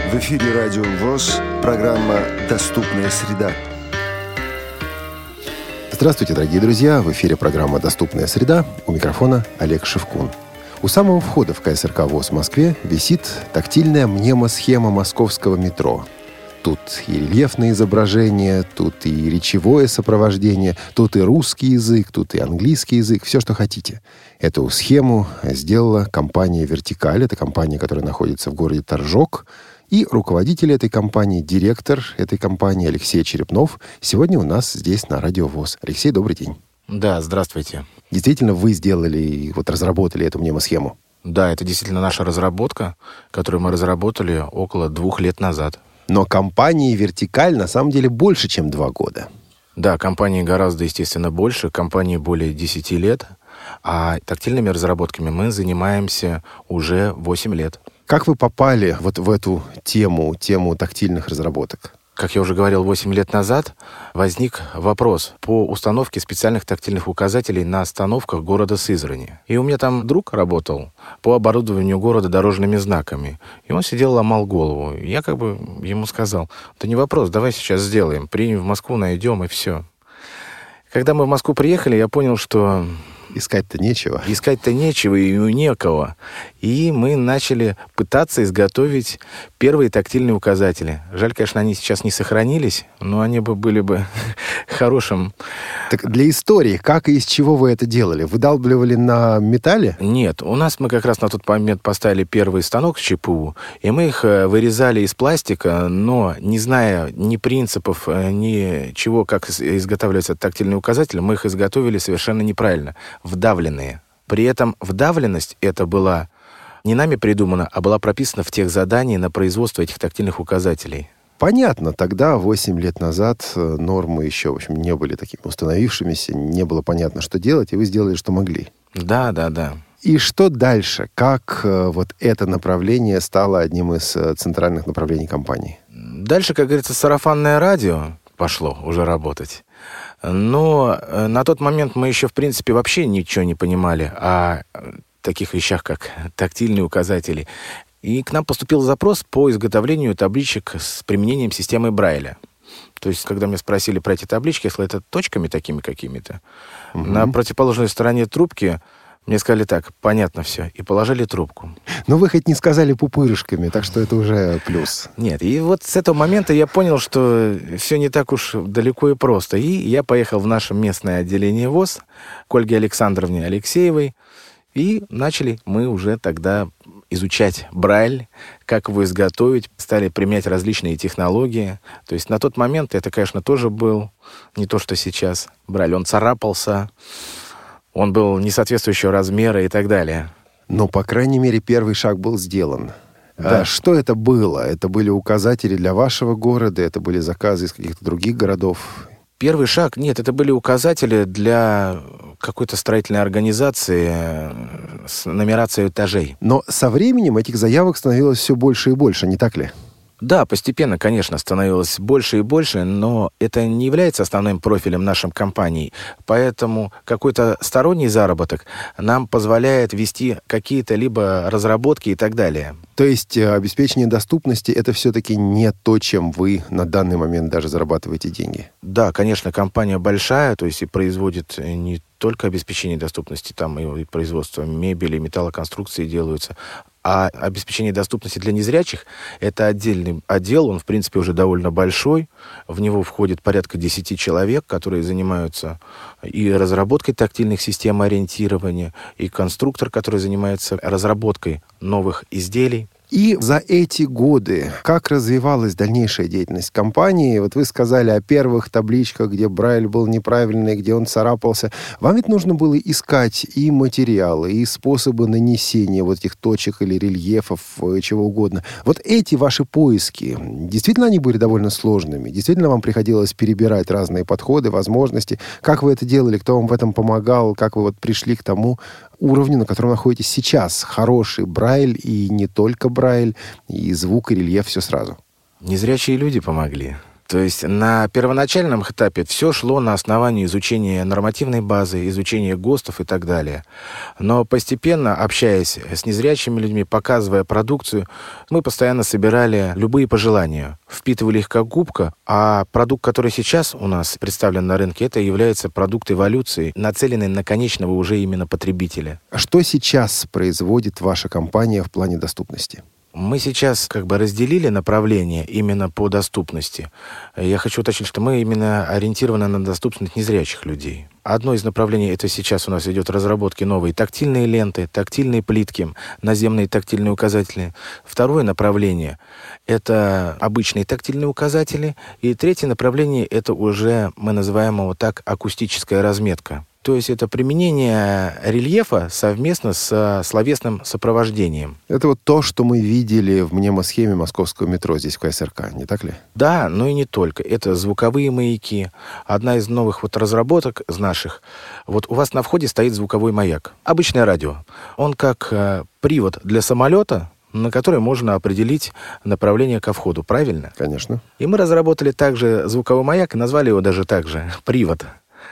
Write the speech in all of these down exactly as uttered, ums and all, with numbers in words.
В эфире Радио ВОС, программа «Доступная среда». Здравствуйте, дорогие друзья! В эфире программа «Доступная среда». У микрофона Олег Шевкун. У самого входа в ка эс эр ка ВОС в Москве висит тактильная мнемосхема московского метро. Тут и рельефные изображения, тут и речевое сопровождение, тут и русский язык, тут и английский язык, все, что хотите. Эту схему сделала компания «Вертикаль». Это компания, которая находится в городе Торжок. И руководитель этой компании, директор этой компании Алексей Черепнов сегодня у нас здесь на Радио ВОС. Алексей, добрый день. Да, здравствуйте. Действительно, вы сделали, вот разработали эту мнемосхему? Да, это действительно наша разработка, которую мы разработали около двух лет назад. Но компании «Вертикаль» на самом деле больше, чем два года. Да, компании гораздо, естественно, больше. Компании более десяти лет. А тактильными разработками мы занимаемся уже восемь лет. Как вы попали вот в эту тему, тему тактильных разработок? Как я уже говорил, восемь лет назад возник вопрос по установке специальных тактильных указателей на остановках города Сызрани. И у меня там друг работал по оборудованию города дорожными знаками. И он сидел, ломал голову. И я как бы ему сказал: да не вопрос, давай сейчас сделаем. Приедем в Москву, найдем, и все. Когда мы в Москву приехали, я понял, что... Искать-то нечего. Искать-то нечего и некого. И мы начали пытаться изготовить первые тактильные указатели. Жаль, конечно, они сейчас не сохранились, но они бы были бы хорошим. Так для истории, как и из чего вы это делали? Выдалбливали на металле? Нет, у нас мы как раз на тот момент поставили первый станок с ЧПУ, и мы их вырезали из пластика, но не зная ни принципов, ни чего, как изготавливается тактильный указатель, мы их изготовили совершенно неправильно. Вдавленные. При этом вдавленность это была не нами придумана, а была прописана в тех заданиях на производство этих тактильных указателей. Понятно, тогда, восемь лет назад, нормы еще, в общем, не были такими установившимися, не было понятно, что делать, и вы сделали, что могли. Да, да, да. И что дальше? Как вот это направление стало одним из центральных направлений компании? Дальше, как говорится, сарафанное радио пошло уже работать. Но на тот момент мы еще, в принципе, вообще ничего не понимали о таких вещах, как тактильные указатели. И к нам поступил запрос по изготовлению табличек с применением системы Брайля. То есть, когда меня спросили про эти таблички, я сказал, это точками такими какими-то. Угу. На противоположной стороне трубки мне сказали так: понятно все, и положили трубку. Но вы хоть не сказали пупырышками, так что это уже плюс. Нет, и вот с этого момента я понял, что все не так уж далеко и просто. И я поехал в наше местное отделение ВОС к Ольге Александровне Алексеевой, и начали мы уже тогда изучать Брайль, как его изготовить, стали применять различные технологии. То есть на тот момент это, конечно, тоже был не то, что сейчас. Брайль, он царапался, он был несоответствующего размера и так далее. Но, по крайней мере, первый шаг был сделан. Да. А что это было? Это были указатели для вашего города? Это были заказы из каких-то других городов? Первый шаг? Нет, это были указатели для какой-то строительной организации с нумерацией этажей. Но со временем этих заявок становилось все больше и больше, не так ли? Да, постепенно, конечно, становилось больше и больше, но это не является основным профилем нашей компании. Поэтому какой-то сторонний заработок нам позволяет вести какие-то либо разработки и так далее. То есть обеспечение доступности — это все-таки не то, чем вы на данный момент даже зарабатываете деньги? Да, конечно, компания большая, то есть и производит не только обеспечение доступности, там и производство мебели, металлоконструкции делаются. А обеспечение доступности для незрячих – это отдельный отдел, он, в принципе, уже довольно большой. В него входит порядка десяти человек, которые занимаются и разработкой тактильных систем ориентирования, и конструктор, который занимается разработкой новых изделий. И за эти годы как развивалась дальнейшая деятельность компании? Вот вы сказали о первых табличках, где Брайль был неправильный, где он царапался. Вам ведь нужно было искать и материалы, и способы нанесения вот этих точек или рельефов, чего угодно. Вот эти ваши поиски, действительно они были довольно сложными? Действительно вам приходилось перебирать разные подходы, возможности? Как вы это делали? Кто вам в этом помогал? Как вы вот пришли к тому уровню, на котором находитесь сейчас? Хороший Брайль, и не только Брайль, и звук, и рельеф, все сразу. Незрячие люди помогли. То есть на первоначальном этапе все шло на основании изучения нормативной базы, изучения ГОСТов и так далее. Но постепенно, общаясь с незрячими людьми, показывая продукцию, мы постоянно собирали любые пожелания, впитывали их как губка, а продукт, который сейчас у нас представлен на рынке, это является продукт эволюции, нацеленный на конечного уже именно потребителя. А что сейчас производит ваша компания в плане доступности? Мы сейчас как бы разделили направление именно по доступности. Я хочу уточнить, что мы именно ориентированы на доступность незрячих людей. Одно из направлений, это сейчас у нас идет разработки новые тактильные ленты, тактильные плитки, наземные тактильные указатели. Второе направление – это обычные тактильные указатели. И третье направление – это уже, мы называем его так, акустическая разметка. То есть это применение рельефа совместно с словесным сопровождением. Это вот то, что мы видели в мнемосхеме московского метро здесь, в ка эс эр ка, не так ли? Да, но и не только. Это звуковые маяки. Одна из новых вот разработок из наших. Вот у вас на входе стоит звуковой маяк. Обычное радио. Он как э, привод для самолета, на который можно определить направление ко входу. Правильно? Конечно. И мы разработали также звуковой маяк и назвали его даже так же «Привод».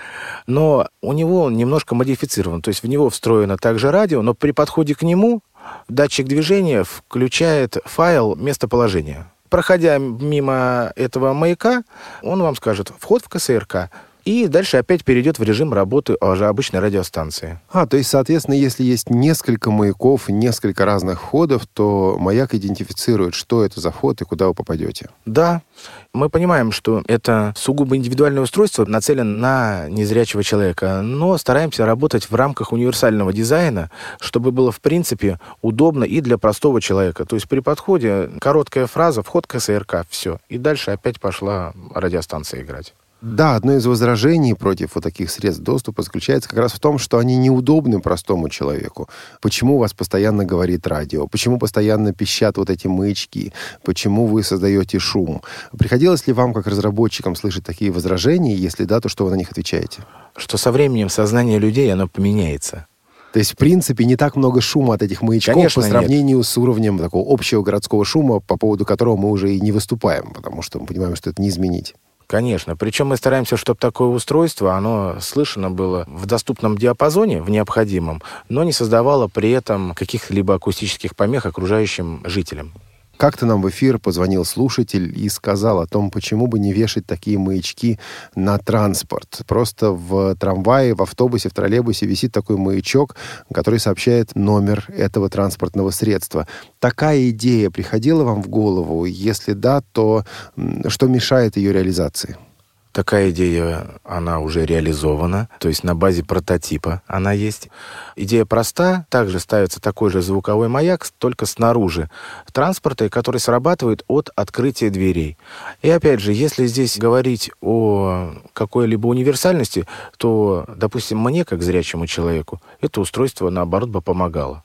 Но у него он немножко модифицирован. То есть в него встроено также радио, но при подходе к нему датчик движения включает файл местоположения. Проходя мимо этого маяка, он вам скажет «вход в ка эс эр ка». И дальше опять перейдет в режим работы уже обычной радиостанции. А, то есть, соответственно, если есть несколько маяков, несколько разных входов, то маяк идентифицирует, что это за вход и куда вы попадете. Да. Мы понимаем, что это сугубо индивидуальное устройство, нацелено на незрячего человека, но стараемся работать в рамках универсального дизайна, чтобы было, в принципе, удобно и для простого человека. То есть при подходе короткая фраза «вход ка эс эр ка», все. И дальше опять пошла радиостанция играть. Да, одно из возражений против вот таких средств доступа заключается как раз в том, что они неудобны простому человеку. Почему у вас постоянно говорит радио? Почему постоянно пищат вот эти маячки? Почему вы создаете шум? Приходилось ли вам, как разработчикам, слышать такие возражения? Если да, то что вы на них отвечаете? Что со временем сознание людей, оно поменяется. То есть, в принципе, не так много шума от этих маячков. Конечно, по сравнению нет. с уровнем такого общего городского шума, по поводу которого мы уже и не выступаем, потому что мы понимаем, что это не изменить. Конечно. Причем мы стараемся, чтобы такое устройство, оно слышно было в доступном диапазоне, в необходимом, но не создавало при этом каких-либо акустических помех окружающим жителям. Как-то нам в эфир позвонил слушатель и сказал о том, почему бы не вешать такие маячки на транспорт. Просто в трамвае, в автобусе, в троллейбусе висит такой маячок, который сообщает номер этого транспортного средства. Такая идея приходила вам в голову? Если да, то что мешает ее реализации? Такая идея, она уже реализована, то есть на базе прототипа она есть. Идея проста, также ставится такой же звуковой маяк, только снаружи транспорта, который срабатывает от открытия дверей. И опять же, если здесь говорить о какой-либо универсальности, то, допустим, мне, как зрячему человеку, это устройство, наоборот, бы помогало.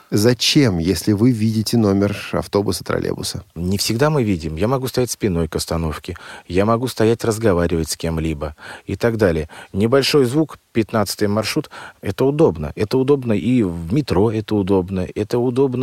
Зачем, если вы видите номер автобуса, троллейбуса? Не всегда мы видим. Я могу стоять спиной к остановке, я могу стоять разговаривать с кем-либо и так далее. Небольшой звук, пятнадцатый маршрут, это удобно. Это удобно и в метро, это удобно. Это удобно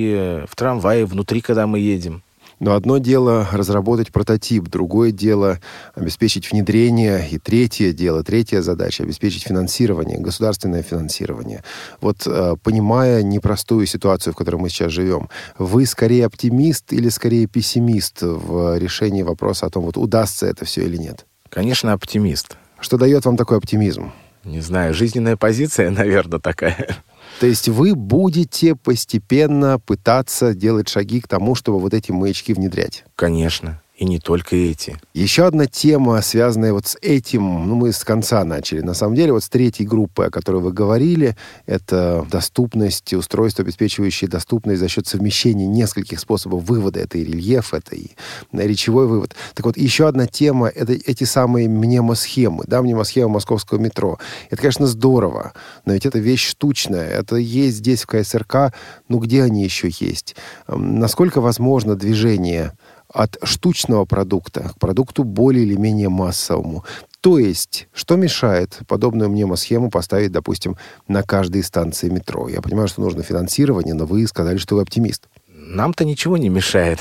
и в трамвае, внутри, когда мы едем. Но одно дело разработать прототип, другое дело обеспечить внедрение, и третье дело, третья задача — обеспечить финансирование, государственное финансирование. Вот, понимая непростую ситуацию, в которой мы сейчас живем, вы скорее оптимист или скорее пессимист в решении вопроса о том, вот удастся это все или нет? Конечно, оптимист. Что дает вам такой оптимизм? Не знаю, жизненная позиция, наверное, такая. То есть вы будете постепенно пытаться делать шаги к тому, чтобы вот эти маячки внедрять? Конечно. И не только эти. Еще одна тема, связанная вот с этим, ну, мы с конца начали. На самом деле, вот с третьей группы, о которой вы говорили, это доступность, устройства, обеспечивающие доступность за счет совмещения нескольких способов вывода. Это и рельеф, это и речевой вывод. Так вот, еще одна тема — это эти самые мнемосхемы, да, мнемосхема московского метро. Это, конечно, здорово, но ведь это вещь штучная. Это есть здесь, в ка эс эр ка, ну, где они еще есть? Насколько возможно движение от штучного продукта к продукту более или менее массовому? То есть, что мешает подобную мнемосхему поставить, допустим, на каждой станции метро? Я понимаю, что нужно финансирование, но вы сказали, что вы оптимист. Нам-то ничего не мешает.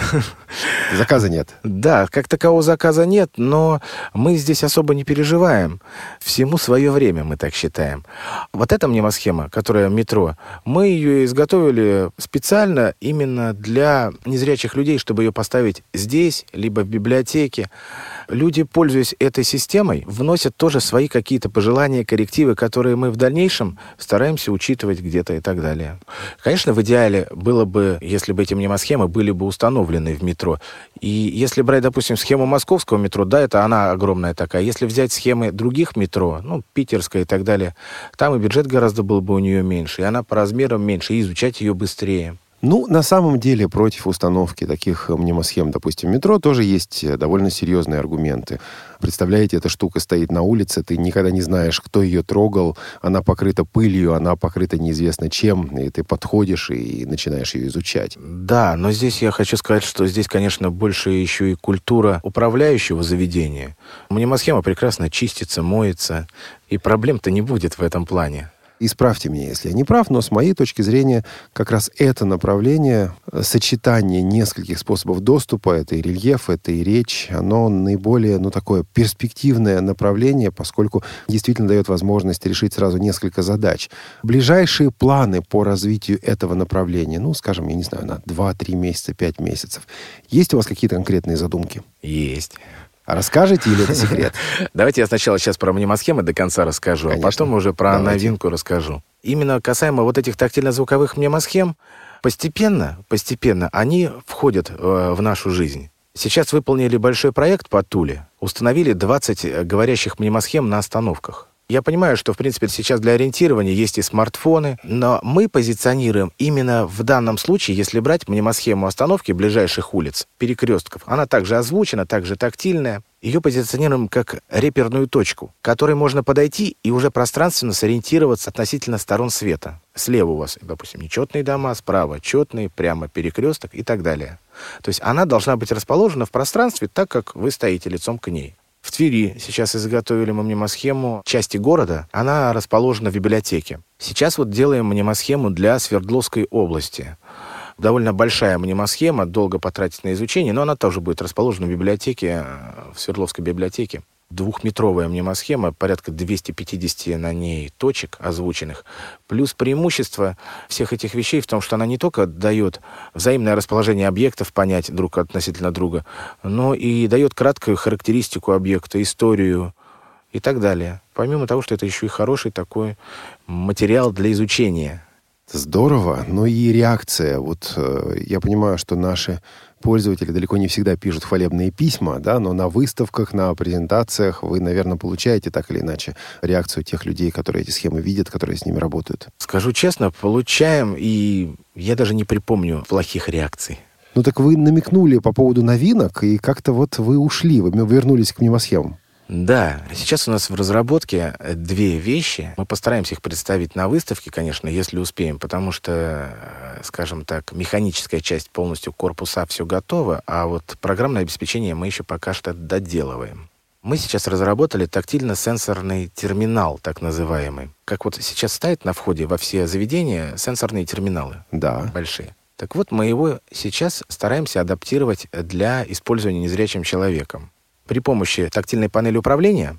Заказа нет. Да, как такового заказа нет, но мы здесь особо не переживаем. Всему свое время, мы так считаем. Вот эта мнемосхема, которая метро, мы ее изготовили специально именно для незрячих людей, чтобы ее поставить здесь, либо в библиотеке. Люди, пользуясь этой системой, вносят тоже свои какие-то пожелания, коррективы, которые мы в дальнейшем стараемся учитывать где-то и так далее. Конечно, в идеале было бы, если бы эти мнемосхемы были бы установлены в метро. И если брать, допустим, схему московского метро, да, это она огромная такая. Если взять схемы других метро, ну, питерская и так далее, там и бюджет гораздо был бы у нее меньше, и она по размерам меньше, и изучать ее быстрее. Ну, на самом деле, против установки таких мнемосхем, допустим, в метро, тоже есть довольно серьезные аргументы. Представляете, эта штука стоит на улице, ты никогда не знаешь, кто ее трогал, она покрыта пылью, она покрыта неизвестно чем, и ты подходишь и начинаешь ее изучать. Да, но здесь я хочу сказать, что здесь, конечно, больше еще и культура управляющего заведения. Мнемосхема прекрасно чистится, моется, и проблем-то не будет в этом плане. Исправьте меня, если я не прав, но с моей точки зрения как раз это направление, сочетание нескольких способов доступа, это и рельеф, это и речь, оно наиболее, ну, такое перспективное направление, поскольку действительно дает возможность решить сразу несколько задач. Ближайшие планы по развитию этого направления, ну, скажем, я не знаю, на два-три месяца, пять месяцев. Есть у вас какие-то конкретные задумки? Есть. А расскажете или это секрет? Давайте я сначала сейчас про мнемосхемы до конца расскажу, Конечно. а потом уже про Давайте. новинку расскажу. Именно касаемо вот этих тактильно-звуковых мнемосхем, постепенно, постепенно они входят э, в нашу жизнь. Сейчас выполнили большой проект по Туле, установили двадцать говорящих мнемосхем на остановках. Я понимаю, что, в принципе, сейчас для ориентирования есть и смартфоны, но мы позиционируем именно в данном случае, если брать мнемосхему остановки ближайших улиц, перекрестков, она также озвучена, также тактильная, ее позиционируем как реперную точку, к которой можно подойти и уже пространственно сориентироваться относительно сторон света. Слева у вас, допустим, нечетные дома, справа четные, прямо перекресток и так далее. То есть она должна быть расположена в пространстве так, как вы стоите лицом к ней. В Твери сейчас изготовили мы мнемосхему части города. Она расположена в библиотеке. Сейчас вот делаем мнемосхему для Свердловской области. Довольно большая мнемосхема, долго потратить на изучение, но она тоже будет расположена в библиотеке, в Свердловской библиотеке. Двухметровая мнемосхема, порядка двести пятьдесят на ней точек озвученных. Плюс преимущество всех этих вещей в том, что она не только дает взаимное расположение объектов понять друг относительно друга, но и дает краткую характеристику объекта, историю и так далее. Помимо того, что это еще и хороший такой материал для изучения. Здорово. Ну и реакция. Вот э, я понимаю, что наши пользователи далеко не всегда пишут хвалебные письма, да, но на выставках, на презентациях вы, наверное, получаете так или иначе реакцию тех людей, которые эти схемы видят, которые с ними работают. Скажу честно, получаем, и я даже не припомню плохих реакций. Ну так вы намекнули по поводу новинок, и как-то вот вы ушли, вы вернулись к мнемосхемам. Да, сейчас у нас в разработке две вещи. Мы постараемся их представить на выставке, конечно, если успеем, потому что, скажем так, механическая часть полностью корпуса все готово, а вот программное обеспечение мы еще пока что доделываем. Мы сейчас разработали тактильно-сенсорный терминал, так называемый. Как вот сейчас стоят на входе во все заведения сенсорные терминалы. Да. Большие. Так вот, мы его сейчас стараемся адаптировать для использования незрячим человеком. При помощи тактильной панели управления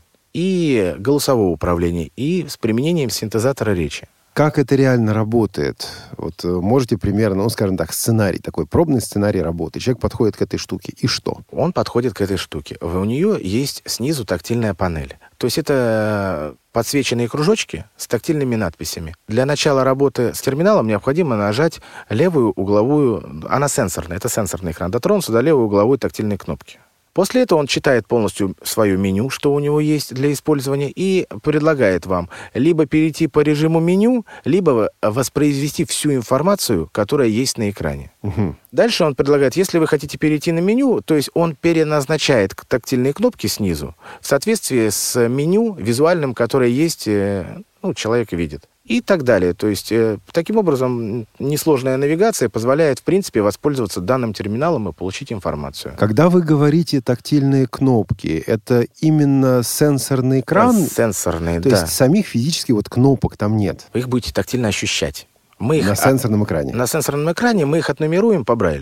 и голосового управления, и с применением синтезатора речи. Как это реально работает? Вот можете примерно, ну, скажем так, сценарий, такой пробный сценарий работы. Человек подходит к этой штуке, и что? Он подходит к этой штуке. У нее есть снизу тактильная панель. То есть это подсвеченные кружочки с тактильными надписями. Для начала работы с терминалом необходимо нажать левую угловую, она сенсорная, это сенсорный экран, дотронуться до левой угловой тактильной кнопки. После этого он читает полностью свое меню, что у него есть для использования, и предлагает вам либо перейти по режиму меню, либо воспроизвести всю информацию, которая есть на экране. Угу. Дальше он предлагает, если вы хотите перейти на меню, то есть он переназначает тактильные кнопки снизу в соответствии с меню визуальным, которое есть, ну, человек видит. И так далее. То есть, э, таким образом, несложная навигация позволяет, в принципе, воспользоваться данным терминалом и получить информацию. Когда вы говорите тактильные кнопки, это именно сенсорный экран? Сенсорные, То да. есть самих физически вот кнопок там нет? Вы их будете тактильно ощущать. Мы их на сенсорном экране? На сенсорном экране мы их отнумеруем по Брайлю.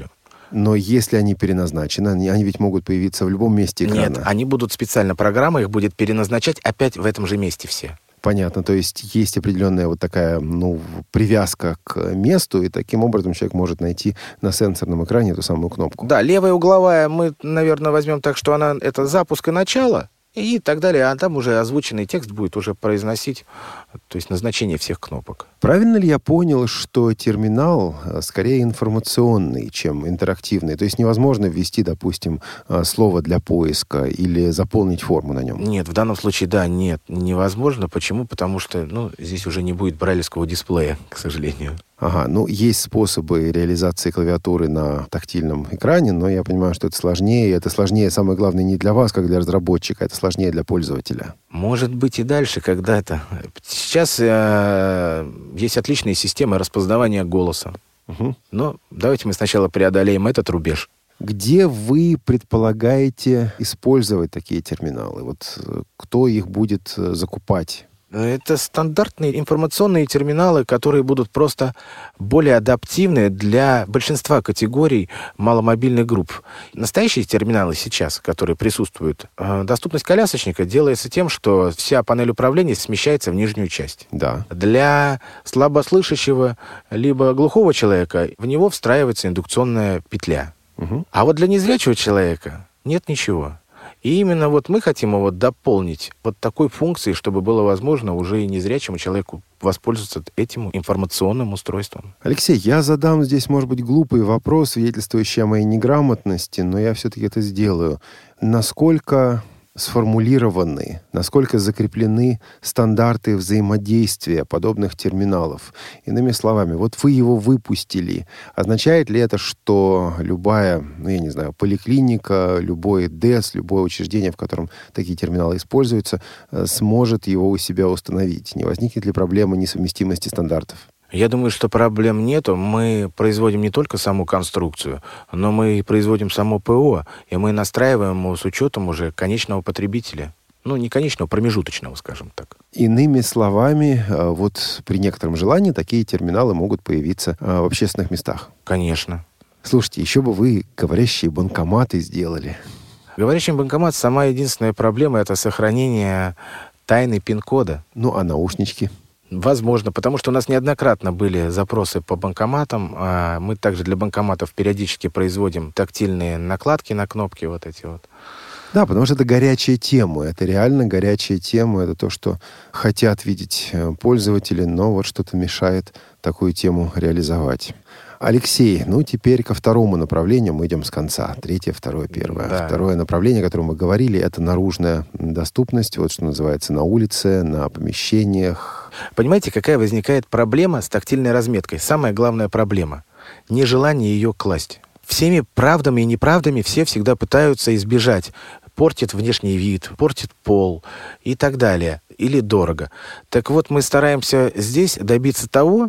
Но если они переназначены, они, они ведь могут появиться в любом месте экрана. Нет, они будут специально, программа их будет переназначать опять в этом же месте все. Понятно, то есть есть определенная вот такая, ну, привязка к месту, и таким образом человек может найти на сенсорном экране эту самую кнопку. Да, левая угловая мы, наверное, возьмем так, что она это запуск и начало, и так далее, а там уже озвученный текст будет уже произносить, то есть назначение всех кнопок. Правильно ли я понял, что терминал скорее информационный, чем интерактивный? То есть невозможно ввести, допустим, слово для поиска или заполнить форму на нем? Нет, в данном случае, да, нет, невозможно. Почему? Потому что, ну, здесь уже не будет брайлевского дисплея, к сожалению. Ага, ну, есть способы реализации клавиатуры на тактильном экране, но я понимаю, что это сложнее. Это сложнее, самое главное, не для вас, как для разработчика, это сложнее для пользователя. Может быть и дальше когда-то. Сейчас э, есть отличные системы распознавания голоса. Угу. Но давайте мы сначала преодолеем этот рубеж. Где вы предполагаете использовать такие терминалы? Вот кто их будет закупать? Это стандартные информационные терминалы, которые будут просто более адаптивны для большинства категорий маломобильных групп. Настоящие терминалы сейчас, которые присутствуют, доступность колясочника делается тем, что вся панель управления смещается в нижнюю часть. Да. Для слабослышащего либо глухого человека в него встраивается индукционная петля. Угу. А вот для незрячего человека нет ничего. И именно вот мы хотим его дополнить вот такой функцией, чтобы было возможно уже и незрячему человеку воспользоваться этим информационным устройством. Алексей, я задам здесь, может быть, глупый вопрос, свидетельствующий о моей неграмотности, но я все-таки это сделаю. Насколько сформулированы, насколько закреплены стандарты взаимодействия подобных терминалов? Иными словами, вот вы его выпустили. Означает ли это, что любая, ну, я не знаю, поликлиника, любой ДЭС, любое учреждение, в котором такие терминалы используются, сможет его у себя установить? Не возникнет ли проблема несовместимости стандартов? Я думаю, что проблем нету. Мы производим не только саму конструкцию, но мы и производим само ПО, и мы настраиваем его с учетом уже конечного потребителя. Ну, не конечного, промежуточного, скажем так. Иными словами, вот при некотором желании такие терминалы могут появиться в общественных местах. Конечно. Слушайте, еще бы вы говорящие банкоматы сделали. Говорящий банкомат, сама единственная проблема — это сохранение тайны пин-кода. Ну, а наушнички? Возможно, потому что у нас неоднократно были запросы по банкоматам. А мы также для банкоматов периодически производим тактильные накладки на кнопки вот эти вот. Да, потому что это горячая тема. Это реально горячая тема. Это то, что хотят видеть пользователи, но вот что-то мешает такую тему реализовать. Алексей, ну теперь ко второму направлению мы идем с конца. Третье, второе, первое. Да. Второе направление, о котором мы говорили, это наружная доступность. Вот что называется на улице, на помещениях. Понимаете, какая возникает проблема с тактильной разметкой? Самая главная проблема — нежелание ее класть. Всеми правдами и неправдами все всегда пытаются избежать. Портит внешний вид, портит пол и так далее. Или дорого. Так вот, мы стараемся здесь добиться того,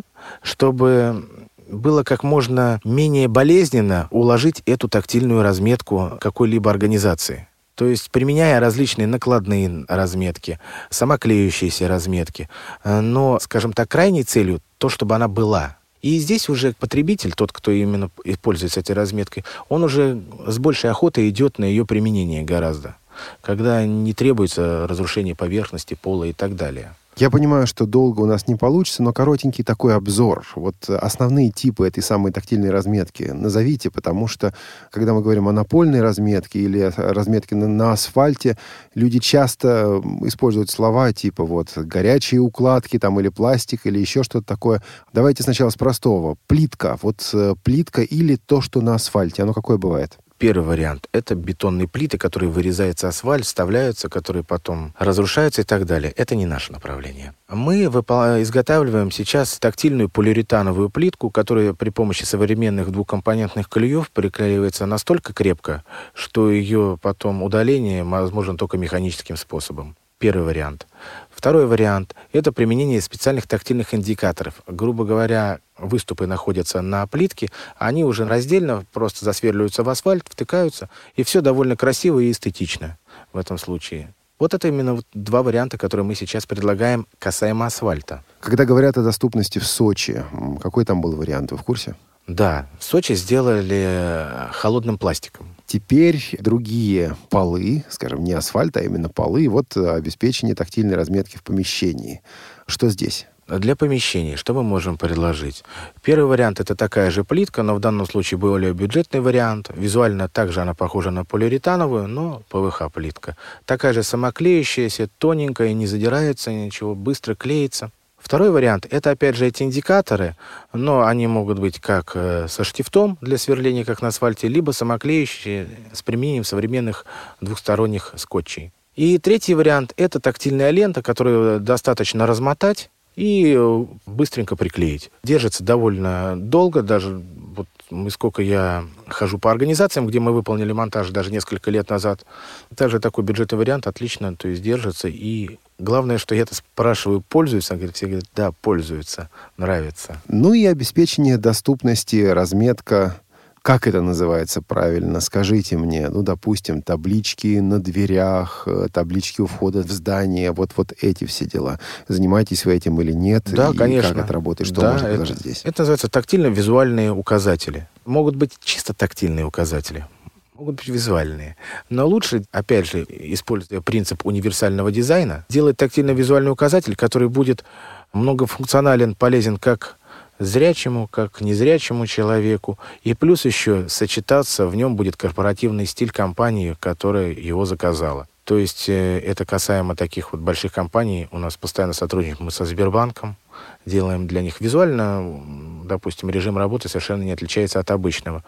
чтобы было как можно менее болезненно уложить эту тактильную разметку какой-либо организации. То есть, применяя различные накладные разметки, самоклеющиеся разметки, но, скажем так, крайней целью то, чтобы она была. И здесь уже потребитель, тот, кто именно пользуется этой разметкой, он уже с большей охотой идет на ее применение гораздо, когда не требуется разрушение поверхности, пола и так далее. Я понимаю, что долго у нас не получится, но коротенький такой обзор. Вот основные типы этой самой тактильной разметки назовите, потому что, когда мы говорим о напольной разметке или разметке на, на асфальте, люди часто используют слова типа вот горячие укладки там, или пластик, или еще что-то такое. Давайте сначала с простого. Плитка. Вот плитка или то, что на асфальте. Оно какое бывает? Первый вариант — это бетонные плиты, которые вырезаются асфальт, вставляются, которые потом разрушаются и так далее. Это не наше направление. Мы выпол- изготавливаем сейчас тактильную полиуретановую плитку, которая при помощи современных двухкомпонентных клеев приклеивается настолько крепко, что ее потом удаление возможно только механическим способом. Первый вариант. Второй вариант – это применение специальных тактильных индикаторов. Грубо говоря, выступы находятся на плитке, они уже раздельно просто засверливаются в асфальт, втыкаются, и все довольно красиво и эстетично в этом случае. Вот это именно вот два варианта, которые мы сейчас предлагаем касаемо асфальта. Когда говорят о доступности в Сочи, какой там был вариант, вы в курсе? Да, в Сочи сделали холодным пластиком. Теперь другие полы, скажем, не асфальт, а именно полы, вот обеспечение тактильной разметки в помещении. Что здесь? Для помещений что мы можем предложить? Первый вариант — это такая же плитка, но в данном случае более бюджетный вариант. Визуально также она похожа на полиуретановую, но ПВХ-плитка. Такая же самоклеющаяся, тоненькая, не задирается ничего, быстро клеится. Второй вариант — это, опять же, эти индикаторы, но они могут быть как со штифтом для сверления, как на асфальте, либо самоклеющие с применением современных двухсторонних скотчей. И третий вариант — это тактильная лента, которую достаточно размотать и быстренько приклеить. Держится довольно долго, даже вот сколько я хожу по организациям, где мы выполнили монтаж даже несколько лет назад. Также такой бюджетный вариант отлично, то есть держится. И главное, что я это спрашиваю, пользуются? Все говорят, да, пользуются, нравится. Ну и обеспечение доступности, разметка. Как это называется правильно? Скажите мне. Ну, допустим, таблички на дверях, таблички у входа в здание, вот, вот эти все дела. Занимаетесь вы этим или нет? Да, и конечно. Как это работает? Что да, можно это, предложить здесь? Это называется тактильно-визуальные указатели. Могут быть чисто тактильные указатели. Могут быть визуальные. Но лучше, опять же, используя принцип универсального дизайна, делать тактильно-визуальный указатель, который будет многофункционален, полезен как зрячему, как незрячему человеку. И плюс еще сочетаться в нем будет корпоративный стиль компании, которая его заказала. То есть э, это касаемо таких вот больших компаний. У нас постоянно сотрудничаем мы со Сбербанком, делаем для них визуально, допустим, режим работы совершенно не отличается от обычного.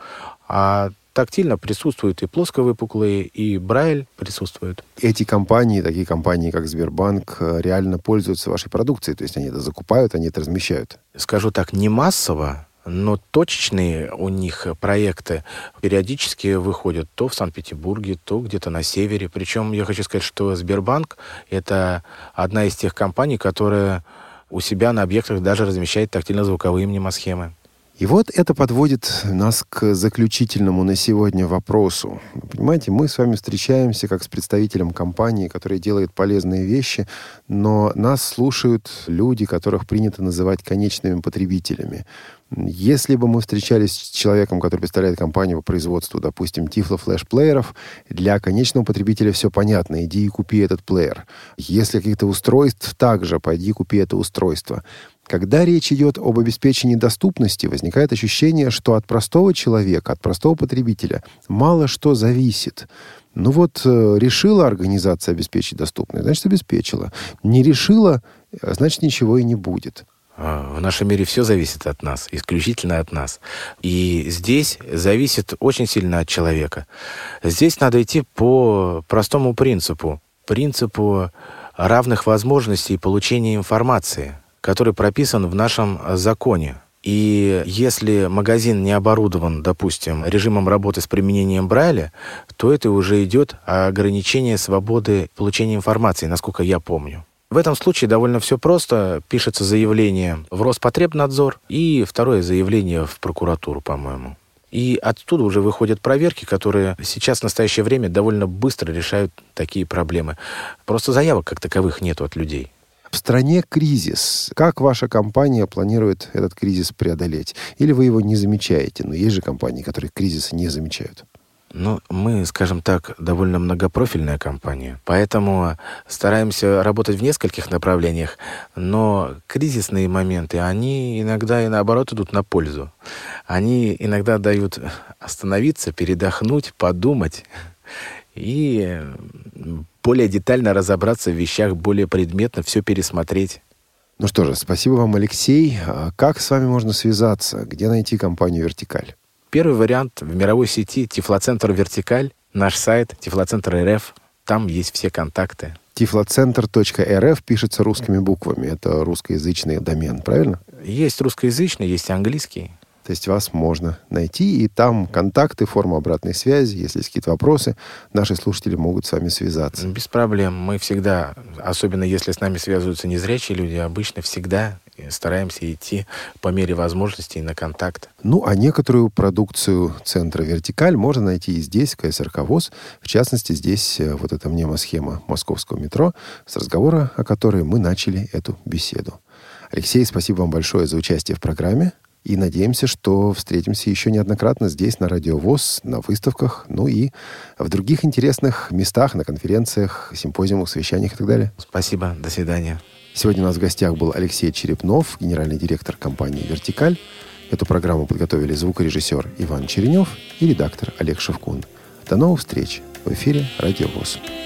А тактильно присутствуют и плосковыпуклые, и Брайль присутствуют. Эти компании, такие компании, как Сбербанк, реально пользуются вашей продукцией? То есть они это закупают, они это размещают? Скажу так, не массово, но точечные у них проекты периодически выходят то в Санкт-Петербурге, то где-то на севере. Причем я хочу сказать, что Сбербанк — это одна из тех компаний, которая у себя на объектах даже размещает тактильно-звуковые мнемосхемы. И вот это подводит нас к заключительному на сегодня вопросу. Понимаете, мы с вами встречаемся как с представителем компании, которая делает полезные вещи, но нас слушают люди, которых принято называть конечными потребителями. Если бы мы встречались с человеком, который представляет компанию по производству, допустим, тифло-флеш-плееров, для конечного потребителя все понятно. Иди и купи этот плеер. Если каких-то устройств, также пойди купи это устройство. Когда речь идет об обеспечении доступности, возникает ощущение, что от простого человека, от простого потребителя мало что зависит. Ну вот, э, решила организация обеспечить доступность, значит, обеспечила. Не решила, значит, ничего и не будет. В нашем мире все зависит от нас, исключительно от нас. И здесь зависит очень сильно от человека. Здесь надо идти по простому принципу. Принципу равных возможностей получения информации, который прописан в нашем законе. И если магазин не оборудован, допустим, режимом работы с применением Брайля, то это уже идет ограничение свободы получения информации, насколько я помню. В этом случае довольно все просто. Пишется заявление в Роспотребнадзор и второе заявление в прокуратуру, по-моему. И оттуда уже выходят проверки, которые сейчас в настоящее время довольно быстро решают такие проблемы. Просто заявок как таковых нету от людей. В стране кризис. Как ваша компания планирует этот кризис преодолеть? Или вы его не замечаете? Но есть же компании, которые кризиса не замечают. Ну, мы, скажем так, довольно многопрофильная компания, поэтому стараемся работать в нескольких направлениях, но кризисные моменты, они иногда и наоборот идут на пользу. Они иногда дают остановиться, передохнуть, подумать и более детально разобраться в вещах, более предметно все пересмотреть. Ну что же, спасибо вам, Алексей. Как с вами можно связаться? Где найти компанию «Вертикаль»? Первый вариант в мировой сети Тифлоцентр «Вертикаль», наш сайт Тифлоцентр точка эр эф, там есть все контакты. тифлоцентр точка эр эф пишется русскими буквами, это русскоязычный домен, правильно? Есть русскоязычный, есть английский. То есть вас можно найти, и там контакты, форма обратной связи. Если есть какие-то вопросы, наши слушатели могут с вами связаться. Без проблем. Мы всегда, особенно если с нами связываются незрячие люди, обычно всегда стараемся идти по мере возможностей на контакт. Ну, а некоторую продукцию центра «Вертикаль» можно найти и здесь, в ка эс эр ка ВОС. В частности, здесь вот эта мнемосхема московского метро, с разговора о которой мы начали эту беседу. Алексей, спасибо вам большое за участие в программе. И надеемся, что встретимся еще неоднократно здесь, на Радио ВОС, на выставках, ну и в других интересных местах, на конференциях, симпозиумах, совещаниях и так далее. Спасибо, до свидания. Сегодня у нас в гостях был Алексей Черепнов, генеральный директор компании «Вертикаль». Эту программу подготовили звукорежиссер Иван Черенев и редактор Олег Шевкун. До новых встреч в эфире Радио ВОС.